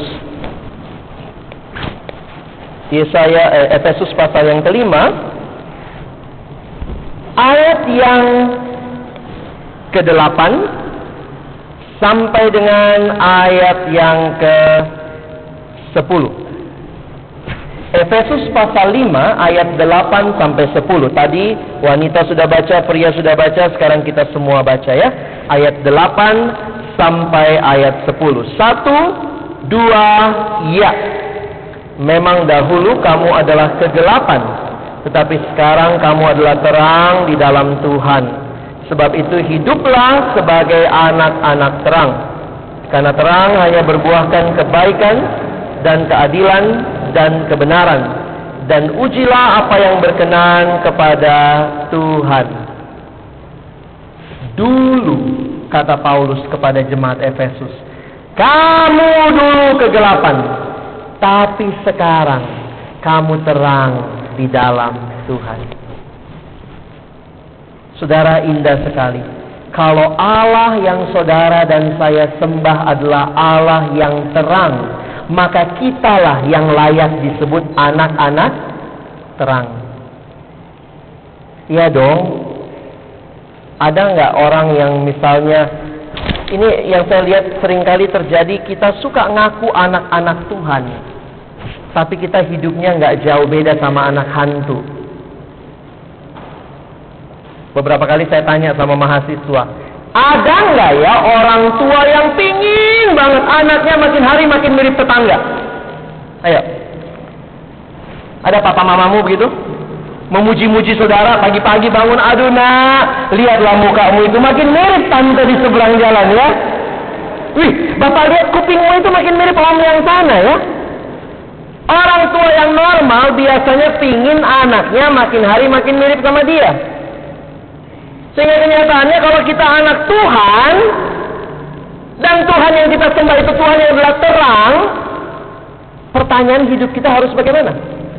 Efesus pasal yang kelima, ayat yang ke-8 sampai dengan ayat yang ke-10. Efesus pasal 5 ayat 8 sampai 10. Tadi wanita sudah baca, pria sudah baca, sekarang kita semua baca ya. Ayat 8 sampai ayat 10. 1, 2, ya. Memang dahulu kamu adalah kegelapan, tetapi sekarang kamu adalah terang di dalam Tuhan. Sebab itu hiduplah sebagai anak-anak terang. Karena terang hanya berbuahkan kebaikan dan keadilan dan kebenaran. Dan ujilah apa yang berkenan kepada Tuhan. Dulu, kata Paulus kepada jemaat Efesus, kamu dulu kegelapan, tapi sekarang kamu terang di dalam Tuhan. Saudara, indah sekali. Kalau Allah yang saudara dan saya sembah adalah Allah yang terang, maka kitalah yang layak disebut anak-anak terang. Iya dong. Ada nggak orang yang misalnya, ini yang saya lihat seringkali terjadi, kita suka ngaku anak-anak Tuhan, tapi kita hidupnya nggak jauh beda sama anak hantu. Beberapa kali saya tanya sama mahasiswa, ada nggak ya orang tua yang pingin banget anaknya makin hari makin mirip tetangga? Ayo, ada papa mamamu begitu? Memuji-muji saudara, pagi-pagi bangun, aduh nak, lihatlah mukamu itu makin mirip tante di seberang jalan ya. Wih, bapak lihat kupingmu itu makin mirip om yang sana ya. Orang tua yang normal biasanya pingin anaknya makin hari makin mirip sama dia. Sehingga kenyataannya kalau kita anak Tuhan, dan Tuhan yang kita sembah itu Tuhan yang adalah terang, pertanyaan hidup kita harus bagaimana?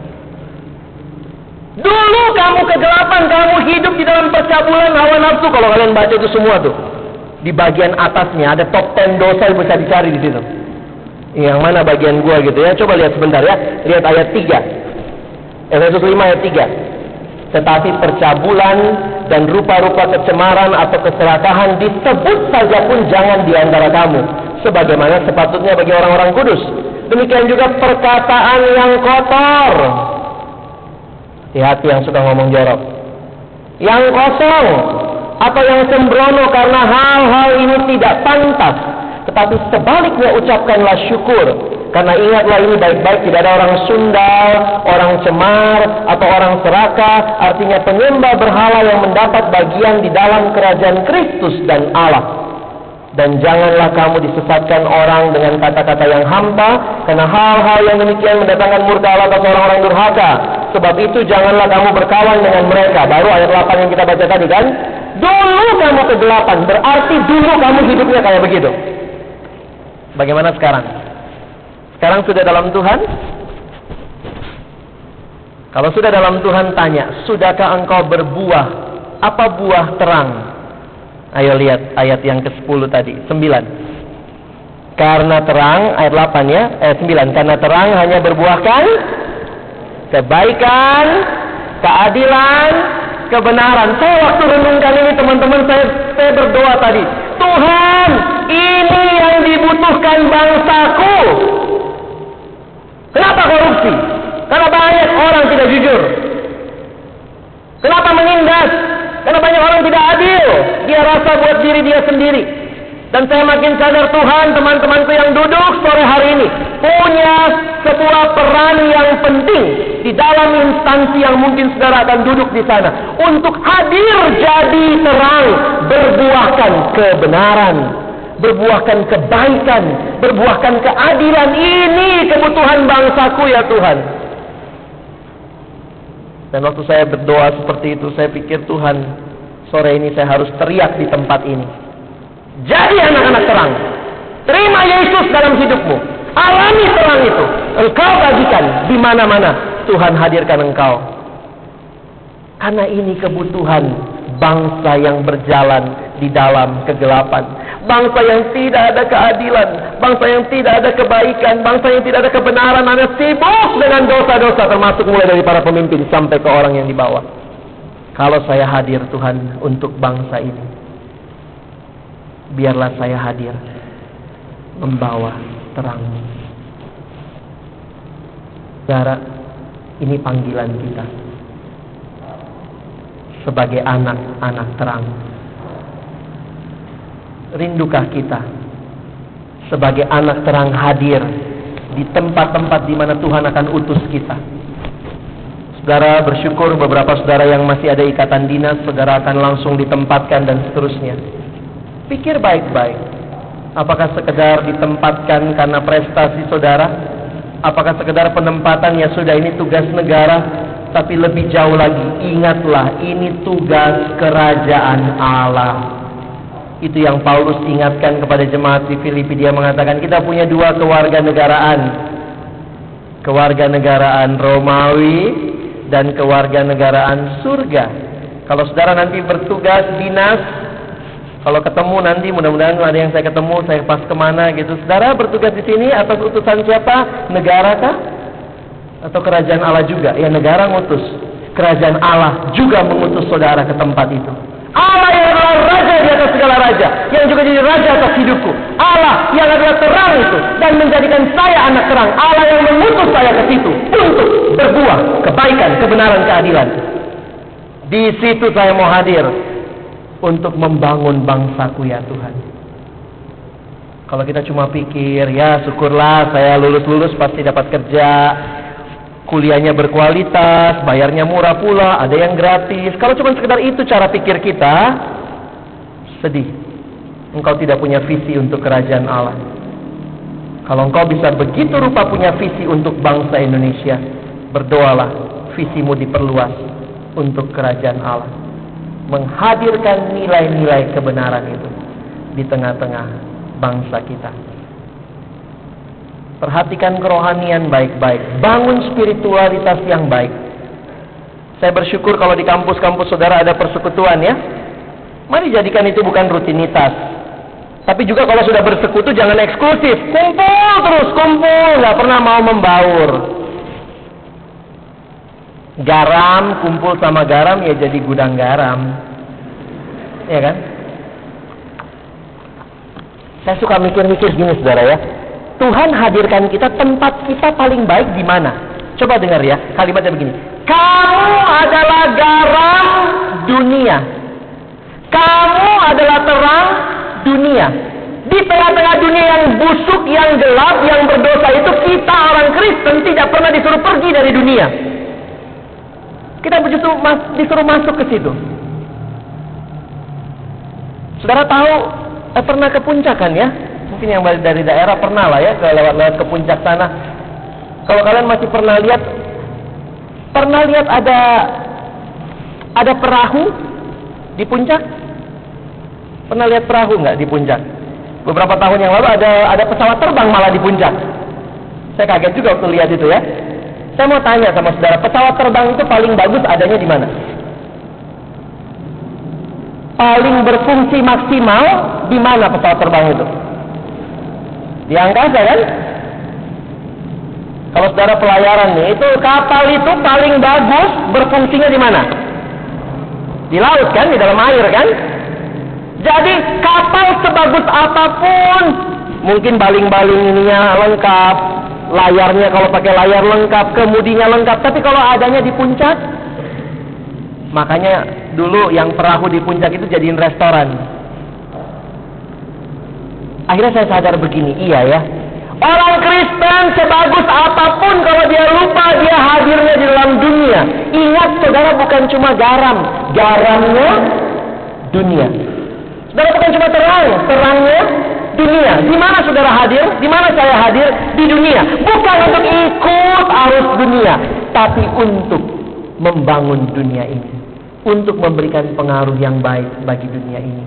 Dulu kamu kegelapan, kamu hidup di dalam percabulan hawa nafsu. Kalau kalian baca itu semua tuh, di bagian atasnya ada top 10 dosa yang bisa dicari di situ. Yang mana bagian gua gitu ya? Coba lihat sebentar ya. Lihat ayat 3. Efesus 5 ayat 3. Tetapi percabulan dan rupa-rupa kecemaran atau keserakahan disebut saja pun jangan di antara kamu, sebagaimana sepatutnya bagi orang-orang kudus. Demikian juga perkataan yang kotor. Hati-hati yang suka ngomong jorok, yang kosong, atau yang sembrono, karena hal-hal ini tidak pantas. Tetapi sebaliknya ucapkanlah syukur, karena ingatlah ini baik-baik, tidak ada orang sundal, orang cemar, atau orang serakah, artinya penyembah berhala yang mendapat bagian di dalam kerajaan Kristus dan Allah. Dan janganlah kamu disesatkan orang dengan kata-kata yang hampa, karena hal-hal yang demikian mendatangkan murka Allah atas orang-orang durhaka. Sebab itu janganlah kamu berkawan dengan mereka. Baru ayat 8 yang kita baca tadi kan. Dulu kamu kegelapan, berarti dulu kamu hidupnya kayak begitu. Bagaimana sekarang? Sekarang sudah dalam Tuhan? Kalau sudah dalam Tuhan, tanya, sudahkah engkau berbuah? Apa buah terang? Ayo lihat ayat yang ke-10 tadi, 9. Karena terang, ayat 8 ya, ayat 9. Karena terang hanya berbuahkan kebaikan, keadilan, kebenaran. Saya waktu renungkan ini teman-teman, saya berdoa tadi, Tuhan, ini yang dibutuhkan bangsaku. Kenapa korupsi? Karena banyak orang tidak jujur. Kenapa menindas? Karena banyak orang tidak adil. Dia rasa buat diri dia sendiri. Dan saya makin sadar Tuhan, teman-temanku yang duduk sore hari ini punya sebuah peran yang penting di dalam instansi yang mungkin saudara akan duduk di sana, untuk hadir jadi terang, berbuahkan kebenaran, berbuahkan kebaikan, berbuahkan keadilan. Ini kebutuhan bangsaku ya Tuhan. Dan waktu saya berdoa seperti itu, saya pikir, Tuhan, sore ini saya harus teriak di tempat ini. Jadi anak-anak terang. Terima Yesus dalam hidupmu. Alami terang itu. Engkau bagikan di mana-mana. Tuhan hadirkan engkau. Karena ini kebutuhan bangsa yang berjalan di dalam kegelapan. Bangsa yang tidak ada keadilan, bangsa yang tidak ada kebaikan, bangsa yang tidak ada kebenaran, hanya sibuk dengan dosa-dosa, termasuk mulai dari para pemimpin sampai ke orang yang di bawah. Kalau saya hadir Tuhan untuk bangsa ini, biarlah saya hadir membawa terang-Mu. Saudara, ini panggilan kita sebagai anak-anak terang. Rindukah kita sebagai anak terang hadir di tempat-tempat di mana Tuhan akan utus kita? Saudara bersyukur beberapa saudara yang masih ada ikatan dinas, saudara akan langsung ditempatkan dan seterusnya. Pikir baik-baik. Apakah sekedar ditempatkan karena prestasi saudara? Apakah sekedar penempatan, ya sudah ini tugas negara? Tapi lebih jauh lagi, ingatlah ini tugas kerajaan Allah. Itu yang Paulus ingatkan kepada jemaat di Filipi. Dia mengatakan kita punya dua kewarganegaraan. Kewarganegaraan Romawi dan kewarganegaraan surga. Kalau saudara nanti bertugas dinas, kalau ketemu nanti, mudah-mudahan ada yang saya ketemu, saya pas kemana gitu. Saudara bertugas di sini atas utusan siapa? Negara kah? Atau kerajaan Allah juga? Ya, negara ngutus. Kerajaan Allah juga mengutus saudara ke tempat itu. Allah yang adalah raja di atas segala raja, yang juga jadi raja atas hidupku. Allah yang adalah terang itu dan menjadikan saya anak terang. Allah yang mengutus saya ke situ untuk berbuah kebaikan, kebenaran, keadilan. Di situ saya mau hadir untuk membangun bangsaku ya Tuhan. Kalau kita cuma pikir, ya syukurlah saya lulus pasti dapat kerja, kuliahnya berkualitas, bayarnya murah pula, ada yang gratis. Kalau cuma sekedar itu cara pikir kita, sedih. Engkau tidak punya visi untuk kerajaan Allah. Kalau engkau bisa begitu rupa punya visi untuk bangsa Indonesia, berdoalah visimu diperluas untuk kerajaan Allah, menghadirkan nilai-nilai kebenaran itu di tengah-tengah bangsa kita. Perhatikan kerohanian baik-baik, bangun spiritualitas yang baik. Saya bersyukur kalau di kampus-kampus saudara ada persekutuan ya. Mari jadikan itu bukan rutinitas. Tapi juga kalau sudah bersekutu jangan eksklusif. Kumpul terus, kumpul. Gak pernah mau membaur. Garam, kumpul sama garam ya jadi gudang garam. Ya kan? Saya suka mikir-mikir gini saudara ya. Tuhan hadirkan kita, tempat kita paling baik di mana? Coba dengar ya, kalimatnya begini. Kamu adalah garam dunia. Kamu adalah terang dunia. Di tengah-tengah dunia yang busuk, yang gelap, yang berdosa itu, kita orang Kristen tidak pernah disuruh pergi dari dunia. Kita justru disuruh masuk ke situ. Saudara tahu, pernah ke puncak kan ya? Mungkin yang dari daerah pernah lah ya, lewat-lewat ke puncak sana. Kalau kalian masih pernah lihat ada perahu di puncak? Pernah lihat perahu nggak di puncak? Beberapa tahun yang lalu ada pesawat terbang malah di puncak. Saya kaget juga waktu lihat itu ya. Saya mau tanya sama saudara, pesawat terbang itu paling bagus adanya di mana? Paling berfungsi maksimal di mana pesawat terbang itu? Di angkasa kan? Kalau saudara pelayaran nih, itu kapal itu paling bagus berfungsinya di mana? Di laut kan, di dalam air kan? Jadi kapal sebagus apapun, mungkin baling-baling ininya lengkap, layarnya kalau pakai layar lengkap, kemudinya lengkap, tapi kalau adanya di puncak, makanya dulu yang perahu di puncak itu jadiin restoran. Akhirnya saya sadar begini, iya ya, orang Kristen sebagus apapun kalau dia lupa dia hadirnya di dalam dunia. Ingat saudara, bukan cuma garam, garamnya dunia. Saudara bukan cuma terangnya dunia. Di mana saudara hadir? Di mana saya hadir? Di dunia. Bukan untuk ikut arus dunia, tapi untuk membangun dunia ini, untuk memberikan pengaruh yang baik bagi dunia ini.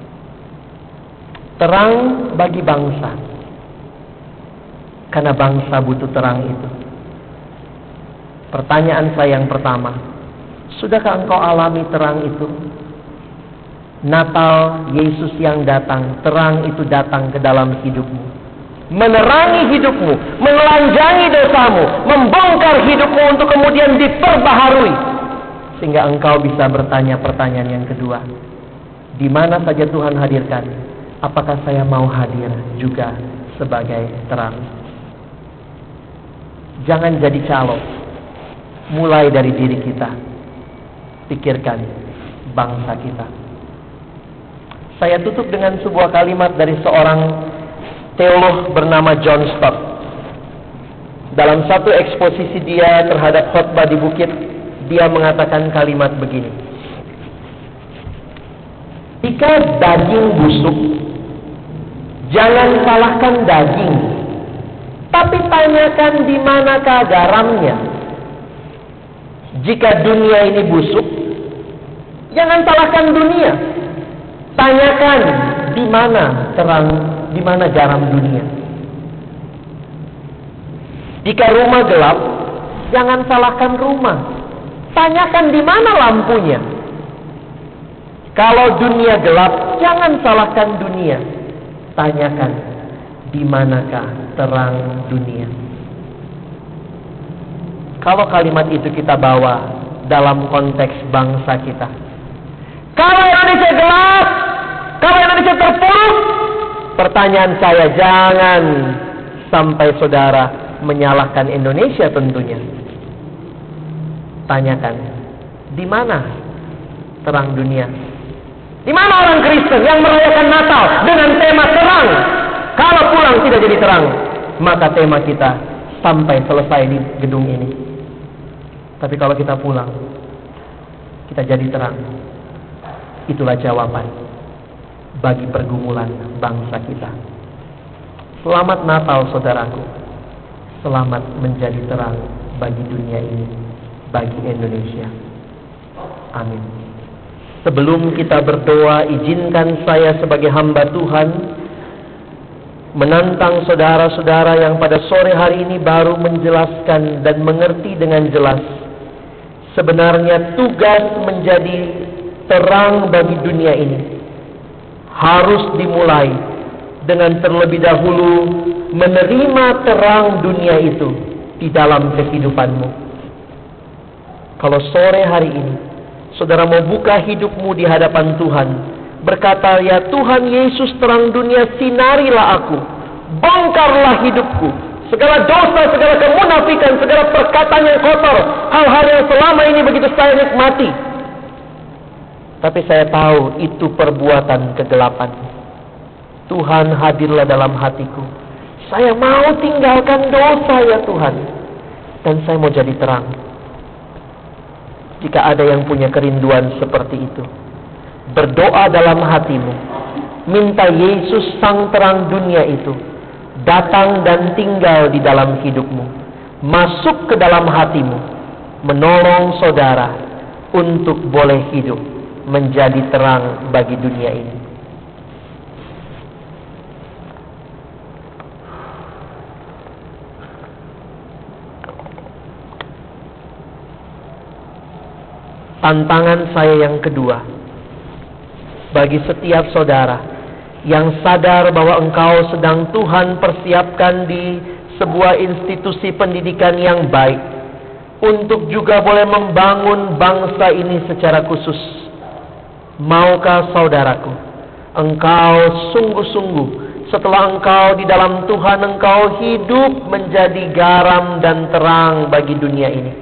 Terang bagi bangsa, karena bangsa butuh terang itu. Pertanyaan saya yang pertama, sudahkah engkau alami terang itu? Natal, Yesus yang datang, terang itu datang ke dalam hidupmu, menerangi hidupmu, menelanjangi dosamu, membongkar hidupmu untuk kemudian diperbaharui, sehingga engkau bisa bertanya pertanyaan yang kedua, di mana saja Tuhan hadirkan, apakah saya mau hadir juga sebagai terang? Jangan jadi calo, mulai dari diri kita, pikirkan bangsa kita. Saya tutup dengan sebuah kalimat dari seorang teolog bernama John Stott. Dalam satu eksposisi dia terhadap khotbah di bukit, dia mengatakan kalimat begini. Jika daging busuk, jangan salahkan daging, tapi tanyakan di manakah garamnya. Jika dunia ini busuk, jangan salahkan dunia, tanyakan di mana terang, di mana garam dunia. Jika rumah gelap, jangan salahkan rumah, tanyakan di mana lampunya. Kalau dunia gelap, jangan salahkan dunia, tanyakan di manakah terang dunia. Kalau kalimat itu kita bawa dalam konteks bangsa kita, kalau Indonesia gelap, kalau Indonesia terpuruk, pertanyaan saya, jangan sampai saudara menyalahkan Indonesia tentunya. Tanyakan, di mana terang dunia? Di mana orang Kristen yang merayakan Natal dengan tema terang? Kalau pulang tidak jadi terang, maka tema kita sampai selesai di gedung ini. Tapi kalau kita pulang, kita jadi terang. Itulah jawaban bagi pergumulan bangsa kita. Selamat Natal saudaraku. Selamat menjadi terang bagi dunia ini, bagi Indonesia. Amin. Sebelum kita berdoa, izinkan saya sebagai hamba Tuhan menantang saudara-saudara yang pada sore hari ini baru menjelaskan dan mengerti dengan jelas. Sebenarnya tugas menjadi terang bagi dunia ini harus dimulai dengan terlebih dahulu menerima terang dunia itu di dalam kehidupanmu. Kalau sore hari ini saudara mau buka hidupmu di hadapan Tuhan, berkata, ya Tuhan Yesus terang dunia, sinarilah aku, bongkarlah hidupku, segala dosa, segala kemunafikan, segala perkataan yang kotor, hal-hal yang selama ini begitu saya nikmati, tapi saya tahu itu perbuatan kegelapan. Tuhan, hadirlah dalam hatiku. Saya mau tinggalkan dosa ya Tuhan, dan saya mau jadi terang. Jika ada yang punya kerinduan seperti itu, berdoa dalam hatimu, minta Yesus sang terang dunia itu datang dan tinggal di dalam hidupmu, masuk ke dalam hatimu, menolong saudara untuk boleh hidup menjadi terang bagi dunia ini. Tantangan saya yang kedua, bagi setiap saudara yang sadar bahwa engkau sedang Tuhan persiapkan di sebuah institusi pendidikan yang baik, untuk juga boleh membangun bangsa ini secara khusus. Maukah saudaraku, engkau sungguh-sungguh setelah engkau di dalam Tuhan, engkau hidup menjadi garam dan terang bagi dunia ini?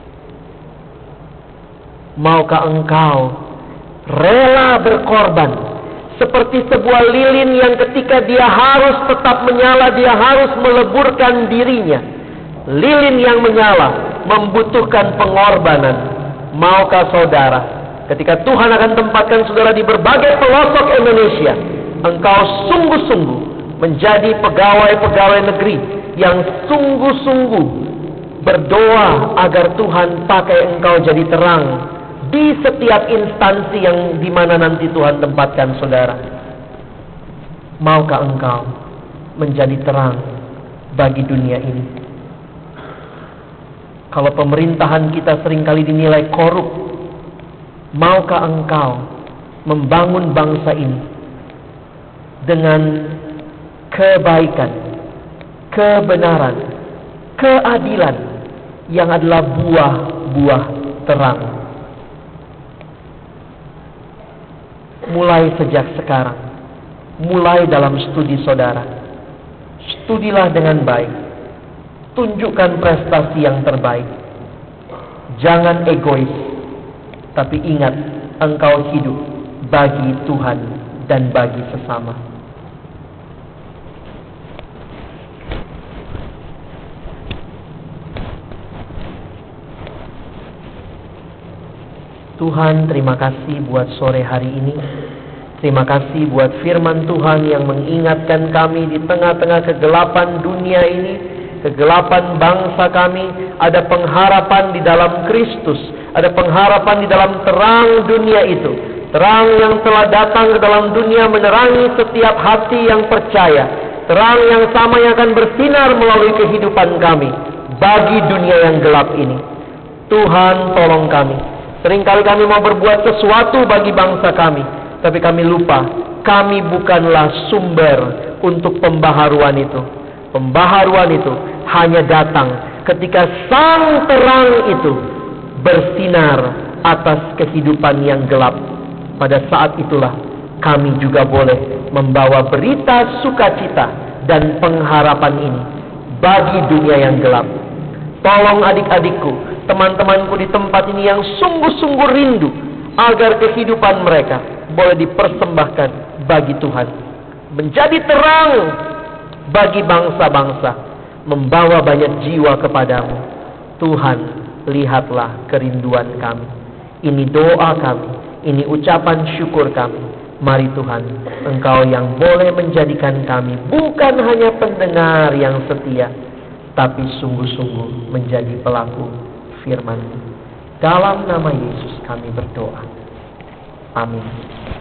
Maukah engkau rela berkorban seperti sebuah lilin yang ketika dia harus tetap menyala, dia harus meleburkan dirinya. Lilin yang menyala membutuhkan pengorbanan. Maukah saudara, ketika Tuhan akan tempatkan saudara di berbagai pelosok Indonesia, engkau sungguh-sungguh menjadi pegawai-pegawai negeri yang sungguh-sungguh berdoa agar Tuhan pakai engkau jadi terang di setiap instansi yang dimana nanti Tuhan tempatkan saudara? Maukah engkau menjadi terang bagi dunia ini? Kalau pemerintahan kita seringkali dinilai korup, maukah engkau membangun bangsa ini dengan kebaikan, kebenaran, keadilan yang adalah buah-buah terang? Mulai sejak sekarang, mulai dalam studi saudara, studilah dengan baik, tunjukkan prestasi yang terbaik. Jangan egois, tapi ingat engkau hidup bagi Tuhan dan bagi sesama. Tuhan, terima kasih buat sore hari ini. Terima kasih buat firman Tuhan yang mengingatkan kami di tengah-tengah kegelapan dunia ini, kegelapan bangsa kami, ada pengharapan di dalam Kristus, ada pengharapan di dalam terang dunia itu. Terang yang telah datang ke dalam dunia menerangi setiap hati yang percaya. Terang yang sama yang akan bersinar melalui kehidupan kami bagi dunia yang gelap ini. Tuhan, tolong kami. Seringkali kami mau berbuat sesuatu bagi bangsa kami, tapi kami lupa, kami bukanlah sumber untuk pembaharuan itu. Pembaharuan itu hanya datang ketika sang terang itu bersinar atas kehidupan yang gelap. Pada saat itulah kami juga boleh membawa berita sukacita dan pengharapan ini bagi dunia yang gelap. Tolong adik-adikku, teman-temanku di tempat ini yang sungguh-sungguh rindu agar kehidupan mereka boleh dipersembahkan bagi Tuhan, menjadi terang bagi bangsa-bangsa, membawa banyak jiwa kepadamu. Tuhan, lihatlah kerinduan kami. Ini doa kami, ini ucapan syukur kami Mari Tuhan, Engkau yang boleh menjadikan kami bukan hanya pendengar yang setia, tapi sungguh-sungguh menjadi pelaku firman-Mu. Dalam nama Yesus kami berdoa. Amin.